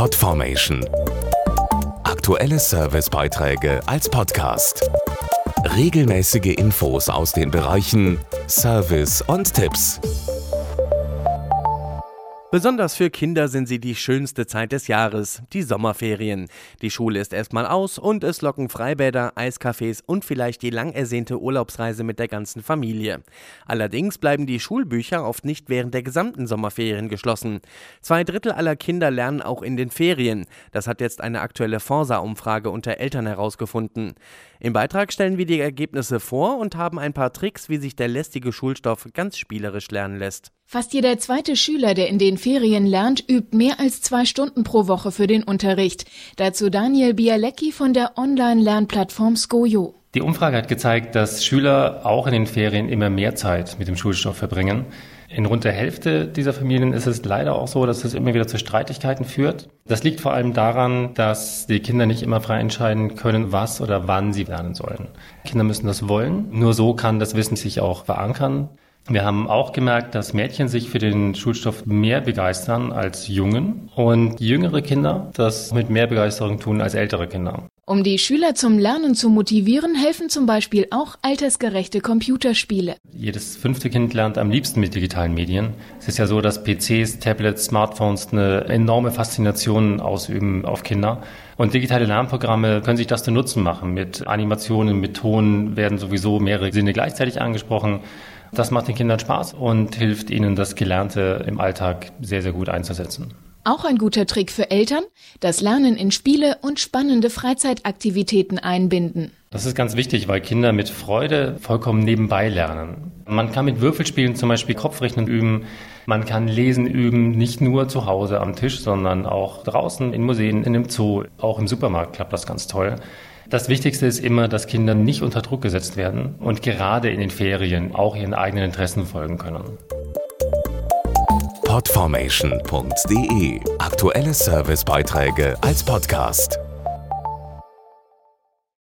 Podformation. Aktuelle Servicebeiträge als Podcast. Regelmäßige Infos aus den Bereichen Service und Tipps. Besonders für Kinder sind sie die schönste Zeit des Jahres, die Sommerferien. Die Schule ist erstmal aus und es locken Freibäder, Eiscafés und vielleicht die lang ersehnte Urlaubsreise mit der ganzen Familie. Allerdings bleiben die Schulbücher oft nicht während der gesamten Sommerferien geschlossen. 2/3 aller Kinder lernen auch in den Ferien. Das hat jetzt eine aktuelle Forsa-Umfrage unter Eltern herausgefunden. Im Beitrag stellen wir die Ergebnisse vor und haben ein paar Tricks, wie sich der lästige Schulstoff ganz spielerisch lernen lässt. Fast jeder zweite Schüler, der in den Ferien lernt, übt mehr als 2 Stunden pro Woche für den Unterricht. Dazu Daniel Bialecki von der Online-Lernplattform Skojo. Die Umfrage hat gezeigt, dass Schüler auch in den Ferien immer mehr Zeit mit dem Schulstoff verbringen. In rund der Hälfte dieser Familien ist es leider auch so, dass es immer wieder zu Streitigkeiten führt. Das liegt vor allem daran, dass die Kinder nicht immer frei entscheiden können, was oder wann sie lernen sollen. Kinder müssen das wollen. Nur so kann das Wissen sich auch verankern. Wir haben auch gemerkt, dass Mädchen sich für den Schulstoff mehr begeistern als Jungen und jüngere Kinder das mit mehr Begeisterung tun als ältere Kinder. Um die Schüler zum Lernen zu motivieren, helfen zum Beispiel auch altersgerechte Computerspiele. Jedes 5. Kind lernt am liebsten mit digitalen Medien. Es ist ja so, dass PCs, Tablets, Smartphones eine enorme Faszination ausüben auf Kinder. Und digitale Lernprogramme können sich das zu Nutzen machen. Mit Animationen, mit Ton werden sowieso mehrere Sinne gleichzeitig angesprochen. Das macht den Kindern Spaß und hilft ihnen, das Gelernte im Alltag sehr, sehr gut einzusetzen. Auch ein guter Trick für Eltern, das Lernen in Spiele und spannende Freizeitaktivitäten einbinden. Das ist ganz wichtig, weil Kinder mit Freude vollkommen nebenbei lernen. Man kann mit Würfelspielen zum Beispiel Kopfrechnen üben. Man kann Lesen üben, nicht nur zu Hause am Tisch, sondern auch draußen in Museen, in einem Zoo. Auch im Supermarkt klappt das ganz toll. Das Wichtigste ist immer, dass Kinder nicht unter Druck gesetzt werden und gerade in den Ferien auch ihren eigenen Interessen folgen können. Podformation.de. Aktuelle Servicebeiträge als Podcast.